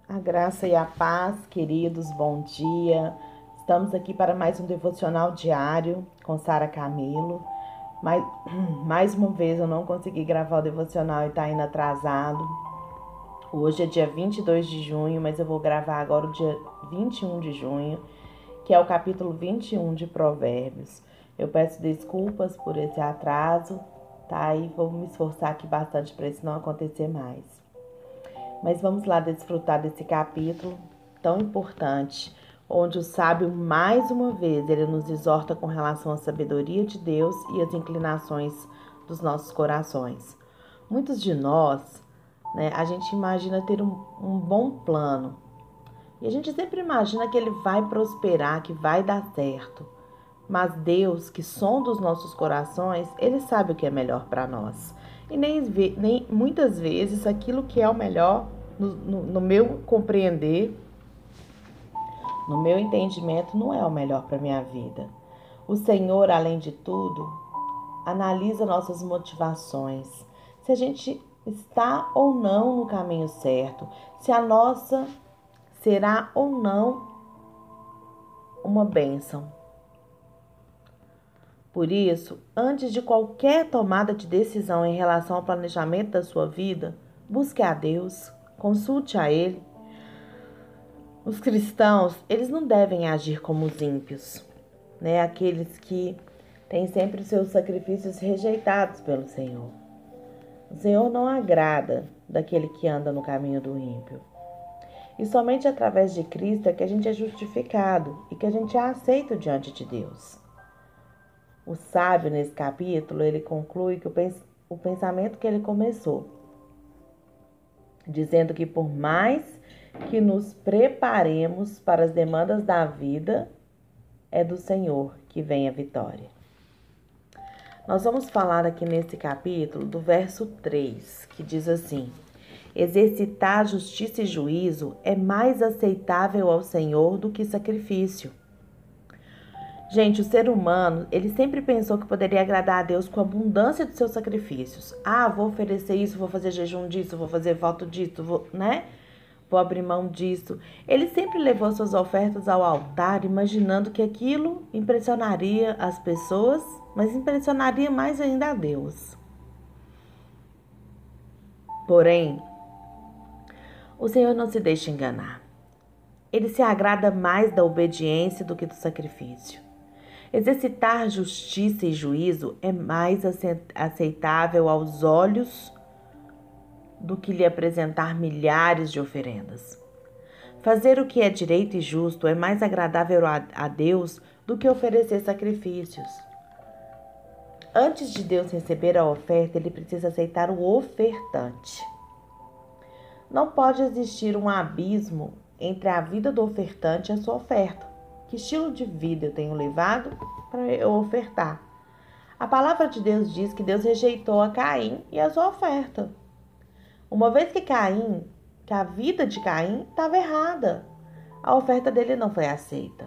A graça e a paz, queridos, bom dia. Estamos aqui para mais um devocional diário com Sara Camilo. Mais uma vez eu não consegui gravar o devocional e está indo atrasado. Hoje é dia 22 de junho, mas eu vou gravar agora o dia 21 de junho, que é o capítulo 21 de Provérbios. Eu peço desculpas por esse atraso, tá? E vou me esforçar aqui bastante para isso não acontecer mais. Mas vamos lá desfrutar desse capítulo tão importante, onde o sábio, mais uma vez, ele nos exorta com relação à sabedoria de Deus e às inclinações dos nossos corações. Muitos de nós, a gente imagina ter um bom plano. E a gente sempre imagina que ele vai prosperar, que vai dar certo. Mas Deus, que sonda os nossos corações, ele sabe o que é melhor para nós. E nem muitas vezes aquilo que é o melhor, no meu compreender, no meu entendimento, não é o melhor para minha vida. O Senhor, além de tudo, analisa nossas motivações. Se a gente está ou não no caminho certo, se a nossa será ou não uma bênção. Por isso, antes de qualquer tomada de decisão em relação ao planejamento da sua vida, busque a Deus, consulte a Ele. Os cristãos, eles não devem agir como os ímpios, aqueles que têm sempre os seus sacrifícios rejeitados pelo Senhor. O Senhor não agrada daquele que anda no caminho do ímpio. E somente através de Cristo é que a gente é justificado e que a gente é aceito diante de Deus. O sábio, nesse capítulo, ele conclui que o pensamento que ele começou, dizendo que por mais que nos preparemos para as demandas da vida, é do Senhor que vem a vitória. Nós vamos falar aqui nesse capítulo do verso 3, que diz assim: exercitar justiça e juízo é mais aceitável ao Senhor do que sacrifício. Gente, o ser humano, ele sempre pensou que poderia agradar a Deus com a abundância de seus sacrifícios. Vou oferecer isso, vou fazer jejum disso, vou fazer voto disso, Vou abrir mão disso. Ele sempre levou suas ofertas ao altar, imaginando que aquilo impressionaria as pessoas, mas impressionaria mais ainda a Deus. Porém, o Senhor não se deixa enganar. Ele se agrada mais da obediência do que do sacrifício. Exercitar justiça e juízo é mais aceitável aos olhos do que lhe apresentar milhares de oferendas. Fazer o que é direito e justo é mais agradável a Deus do que oferecer sacrifícios. Antes de Deus receber a oferta, ele precisa aceitar o ofertante. Não pode existir um abismo entre a vida do ofertante e a sua oferta. Que estilo de vida eu tenho levado para eu ofertar? A palavra de Deus diz que Deus rejeitou a Caim e a sua oferta. Uma vez que a vida de Caim estava errada, a oferta dele não foi aceita.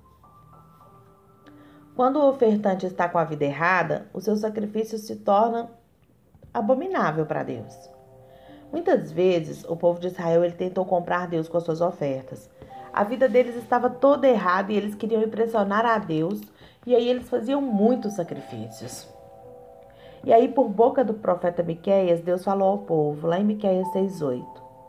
Quando o ofertante está com a vida errada, o seu sacrifício se torna abominável para Deus. Muitas vezes, o povo de Israel ele tentou comprar Deus com as suas ofertas. A vida deles estava toda errada e eles queriam impressionar a Deus, e aí eles faziam muitos sacrifícios. E aí, por boca do profeta Miqueias, Deus falou ao povo, lá em Miqueias 6:8.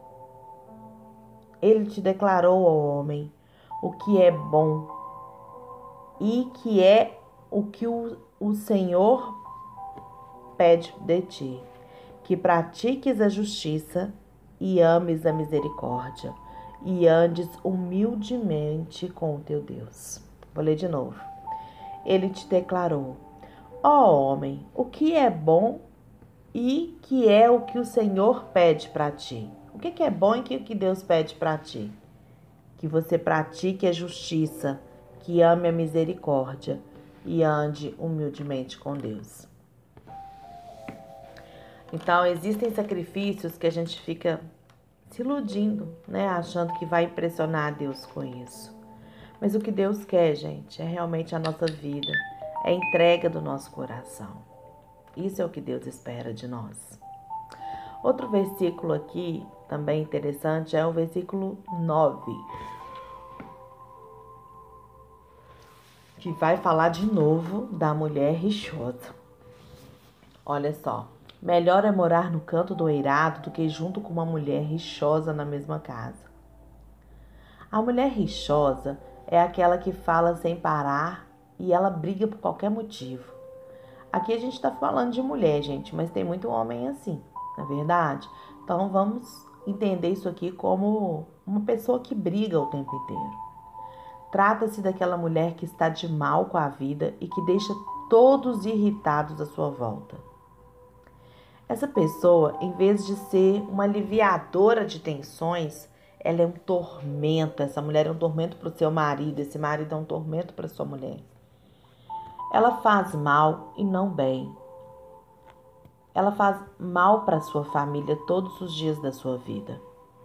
Ele te declarou, ó homem, o que é bom e que é o que o Senhor pede de ti, que pratiques a justiça e ames a misericórdia, e andes humildemente com o teu Deus. Vou ler de novo. Ele te declarou, ó homem, o que é bom e que é o que o Senhor pede para ti. O que é bom e o que Deus pede para ti? Que você pratique a justiça, que ame a misericórdia e ande humildemente com Deus. Então, existem sacrifícios que a gente fica se iludindo, achando que vai impressionar a Deus com isso. Mas o que Deus quer, gente, é realmente a nossa vida, é a entrega do nosso coração. Isso é o que Deus espera de nós. Outro versículo aqui também interessante, é o versículo 9, que vai falar de novo da mulher rixosa. Olha só. Melhor é morar no canto do eirado do que junto com uma mulher rixosa na mesma casa. A mulher rixosa é aquela que fala sem parar e ela briga por qualquer motivo. Aqui a gente está falando de mulher, gente, mas tem muito homem assim, não é verdade? Então vamos entender isso aqui como uma pessoa que briga o tempo inteiro. Trata-se daquela mulher que está de mal com a vida e que deixa todos irritados à sua volta. Essa pessoa, em vez de ser uma aliviadora de tensões, ela é um tormento. Essa mulher é um tormento para o seu marido, esse marido é um tormento para sua mulher. Ela faz mal e não bem. Ela faz mal para sua família todos os dias da sua vida.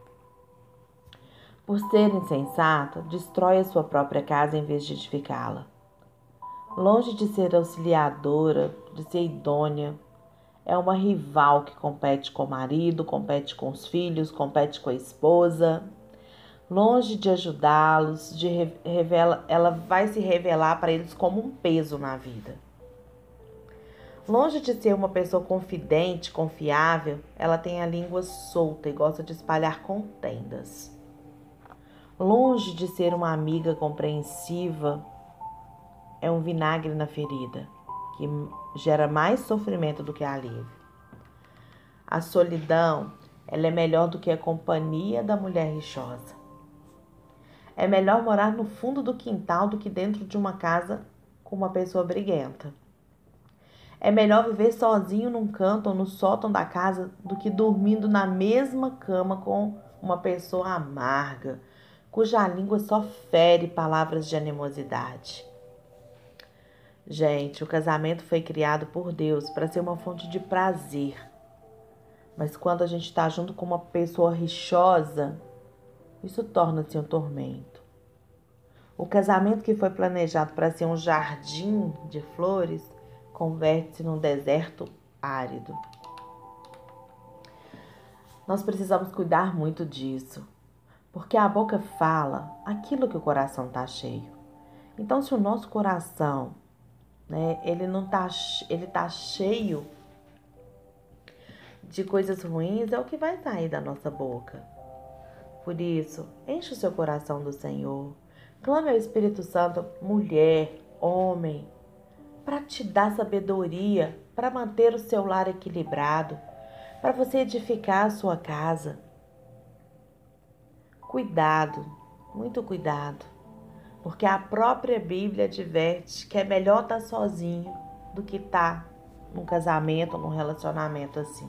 Por ser insensata, destrói a sua própria casa em vez de edificá-la. Longe de ser auxiliadora, de ser idônea, é uma rival que compete com o marido, compete com os filhos, compete com a esposa. Longe de ajudá-los, ela vai se revelar para eles como um peso na vida. Longe de ser uma pessoa confidente, confiável, ela tem a língua solta e gosta de espalhar contendas. Longe de ser uma amiga compreensiva, é um vinagre na ferida, que gera mais sofrimento do que alívio. A solidão, ela é melhor do que a companhia da mulher rixosa. É melhor morar no fundo do quintal do que dentro de uma casa com uma pessoa briguenta. É melhor viver sozinho num canto ou no sótão da casa do que dormindo na mesma cama com uma pessoa amarga, cuja língua só fere palavras de animosidade. Gente, o casamento foi criado por Deus para ser uma fonte de prazer. Mas quando a gente está junto com uma pessoa rixosa, isso torna-se um tormento. O casamento que foi planejado para ser um jardim de flores converte-se num deserto árido. Nós precisamos cuidar muito disso, porque a boca fala aquilo que o coração está cheio. Então, se o nosso coração, ele tá cheio de coisas ruins, é o que vai sair da nossa boca. Por isso, enche o seu coração do Senhor. Clame ao Espírito Santo, mulher, homem, para te dar sabedoria, para manter o seu lar equilibrado, para você edificar a sua casa. Cuidado, muito cuidado, porque a própria Bíblia adverte que é melhor estar sozinho do que estar num casamento ou num relacionamento assim.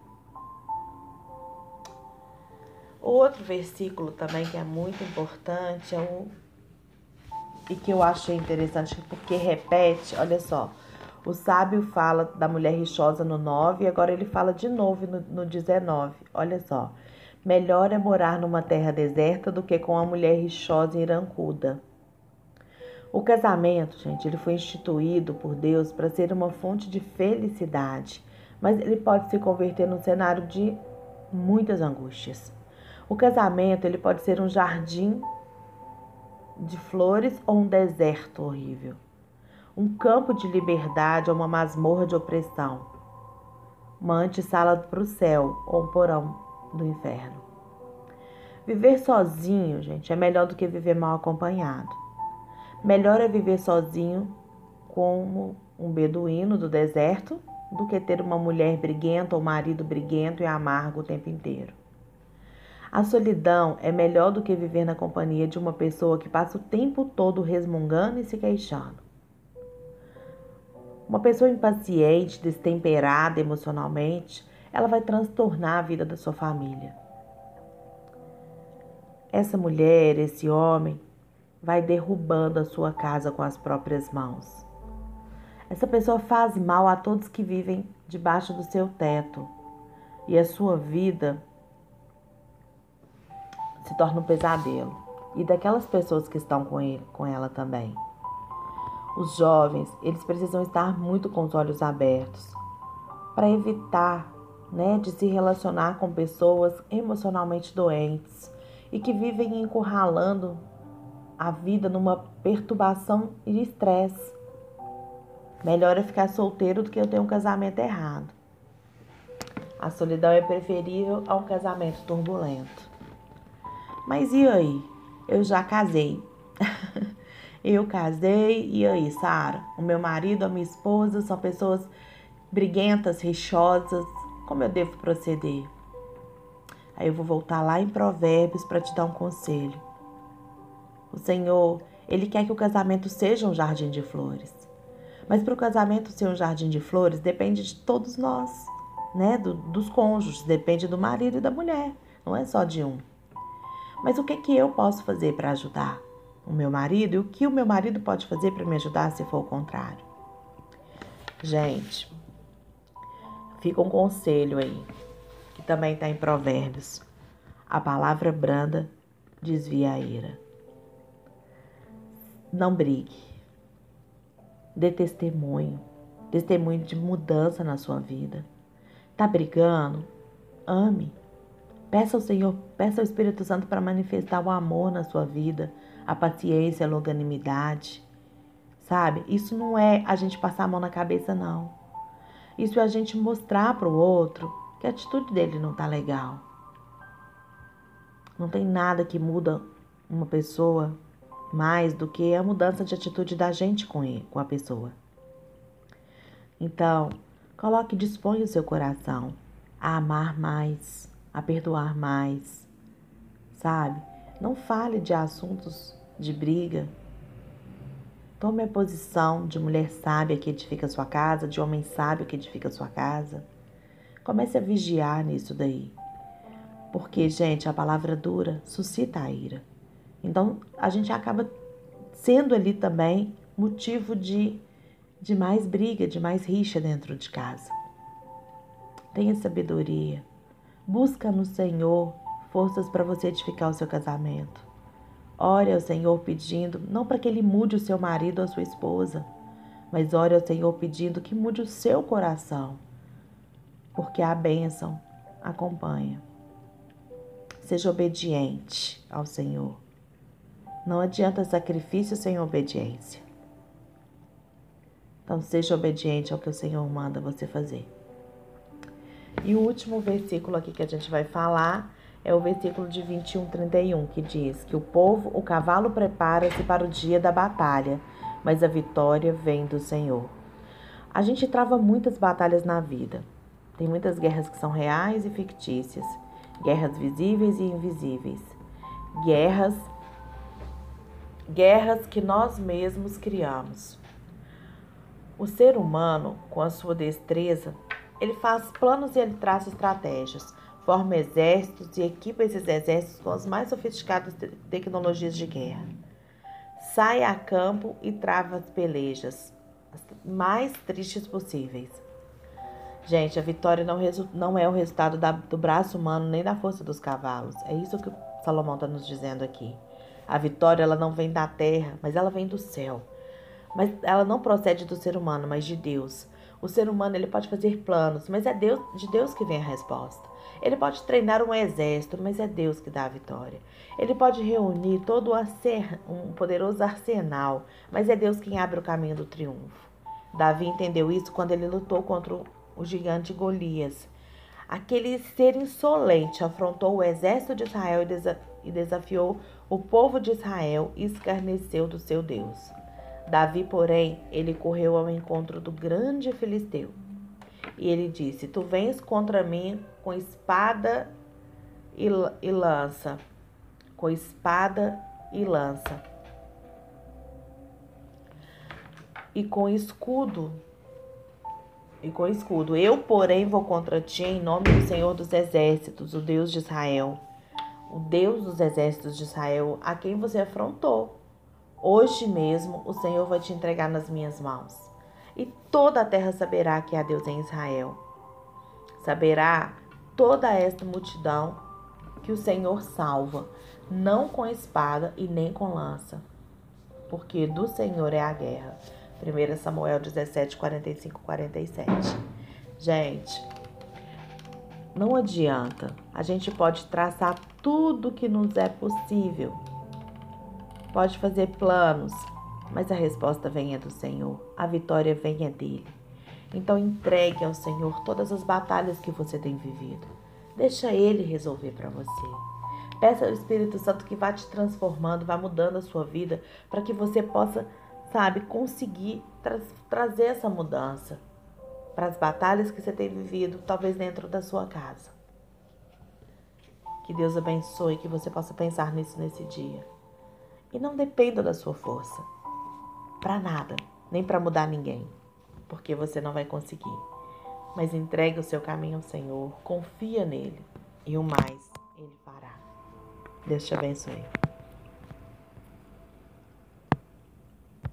Outro versículo também que é muito importante e que eu achei interessante porque repete, olha só, o sábio fala da mulher rixosa no 9 e agora ele fala de novo no 19, olha só. Melhor é morar numa terra deserta do que com a mulher rixosa e irancuda. O casamento, gente, ele foi instituído por Deus para ser uma fonte de felicidade, mas ele pode se converter num cenário de muitas angústias. O casamento, ele pode ser um jardim de flores ou um deserto horrível. Um campo de liberdade ou uma masmorra de opressão. Uma antessala para o céu ou um porão do inferno. Viver sozinho, gente, é melhor do que viver mal acompanhado. Melhor é viver sozinho como um beduíno do deserto do que ter uma mulher briguenta ou um marido briguento e amargo o tempo inteiro. A solidão é melhor do que viver na companhia de uma pessoa que passa o tempo todo resmungando e se queixando. Uma pessoa impaciente, destemperada emocionalmente, ela vai transtornar a vida da sua família. Essa mulher, esse homem, vai derrubando a sua casa com as próprias mãos. Essa pessoa faz mal a todos que vivem debaixo do seu teto. E a sua vida se torna um pesadelo. E daquelas pessoas que estão com ela também. Os jovens, eles precisam estar muito com os olhos abertos para evitar né, de se relacionar com pessoas emocionalmente doentes e que vivem encurralando a vida numa perturbação e estresse. Melhor é ficar solteiro do que eu ter um casamento errado. A solidão é preferível a um casamento turbulento. Mas e aí? Eu já casei. Eu casei, e aí, Sara? O meu marido, a minha esposa são pessoas briguentas, rixosas. Como eu devo proceder? Aí eu vou voltar lá em Provérbios para te dar um conselho. O Senhor, Ele quer que o casamento seja um jardim de flores. Mas para o casamento ser um jardim de flores, depende de todos nós, né? Dos cônjuges, depende do marido e da mulher, não é só de um. Mas o que eu posso fazer para ajudar o meu marido e o que o meu marido pode fazer para me ajudar se for o contrário? Gente, fica um conselho aí, que também está em Provérbios. A palavra branda desvia a ira. Não brigue. Dê testemunho de mudança na sua vida. Tá brigando? Ame. Peça ao Senhor, peça ao Espírito Santo para manifestar o amor na sua vida, a paciência, a longanimidade. Sabe? Isso não é a gente passar a mão na cabeça, não. Isso é a gente mostrar para o outro que a atitude dele não tá legal. Não tem nada que muda uma pessoa mais do que a mudança de atitude da gente com a pessoa. Então, coloque e disponha o seu coração a amar mais, a perdoar mais, sabe? Não fale de assuntos de briga. Tome a posição de mulher sábia que edifica a sua casa, de homem sábio que edifica a sua casa. Comece a vigiar nisso daí. Porque, gente, a palavra dura suscita a ira. Então, a gente acaba sendo ali também motivo de mais briga, de mais rixa dentro de casa. Tenha sabedoria. Busca no Senhor forças para você edificar o seu casamento. Ore ao Senhor pedindo, não para que Ele mude o seu marido ou a sua esposa, mas ore ao Senhor pedindo que mude o seu coração, porque a bênção acompanha. Seja obediente ao Senhor. Não adianta sacrifício sem obediência. Então, seja obediente ao que o Senhor manda você fazer. E o último versículo aqui que a gente vai falar é o versículo de 21:31, que diz que o cavalo prepara-se para o dia da batalha, mas a vitória vem do Senhor. A gente trava muitas batalhas na vida. Tem muitas guerras que são reais e fictícias, guerras visíveis e invisíveis, guerras que nós mesmos criamos. O ser humano, com a sua destreza, ele faz planos e ele traça estratégias, forma exércitos e equipa esses exércitos com as mais sofisticadas tecnologias de guerra. Sai a campo e trava as pelejas, as mais tristes possíveis. Gente, a vitória não é o resultado do braço humano nem da força dos cavalos. É isso que Salomão está nos dizendo aqui. A vitória ela não vem da terra, mas ela vem do céu. Mas ela não procede do ser humano, mas de Deus. O ser humano ele pode fazer planos, mas é de Deus que vem a resposta. Ele pode treinar um exército, mas é Deus que dá a vitória. Ele pode reunir todo um poderoso arsenal, mas é Deus quem abre o caminho do triunfo. Davi entendeu isso quando ele lutou contra o gigante Golias. Aquele ser insolente afrontou o exército de Israel e desafiou o povo de Israel e escarneceu do seu Deus. Davi, porém, ele correu ao encontro do grande filisteu. E ele disse: Tu vens contra mim com espada e lança. Com espada e lança. E com escudo. Eu, porém, vou contra ti em nome do Senhor dos Exércitos, o Deus de Israel. O Deus dos Exércitos de Israel, a quem você afrontou. Hoje mesmo o Senhor vai te entregar nas minhas mãos. E toda a terra saberá que há Deus em Israel. Saberá toda esta multidão que o Senhor salva, não com espada e nem com lança, porque do Senhor é a guerra. 1 Samuel 17, 45, 47. Gente, não adianta. A gente pode traçar tudo que nos é possível, pode fazer planos, mas a resposta vem do Senhor, a vitória vem dele. Então entregue ao Senhor todas as batalhas que você tem vivido. Deixa Ele resolver para você. Peça ao Espírito Santo que vá te transformando, vá mudando a sua vida, para que você possa, conseguir trazer essa mudança para as batalhas que você tem vivido, talvez dentro da sua casa. Que Deus abençoe, que você possa pensar nisso nesse dia. E não dependa da sua força, para nada, nem para mudar ninguém, porque você não vai conseguir. Mas entregue o seu caminho ao Senhor, confia nele e o mais Ele fará. Deus te abençoe.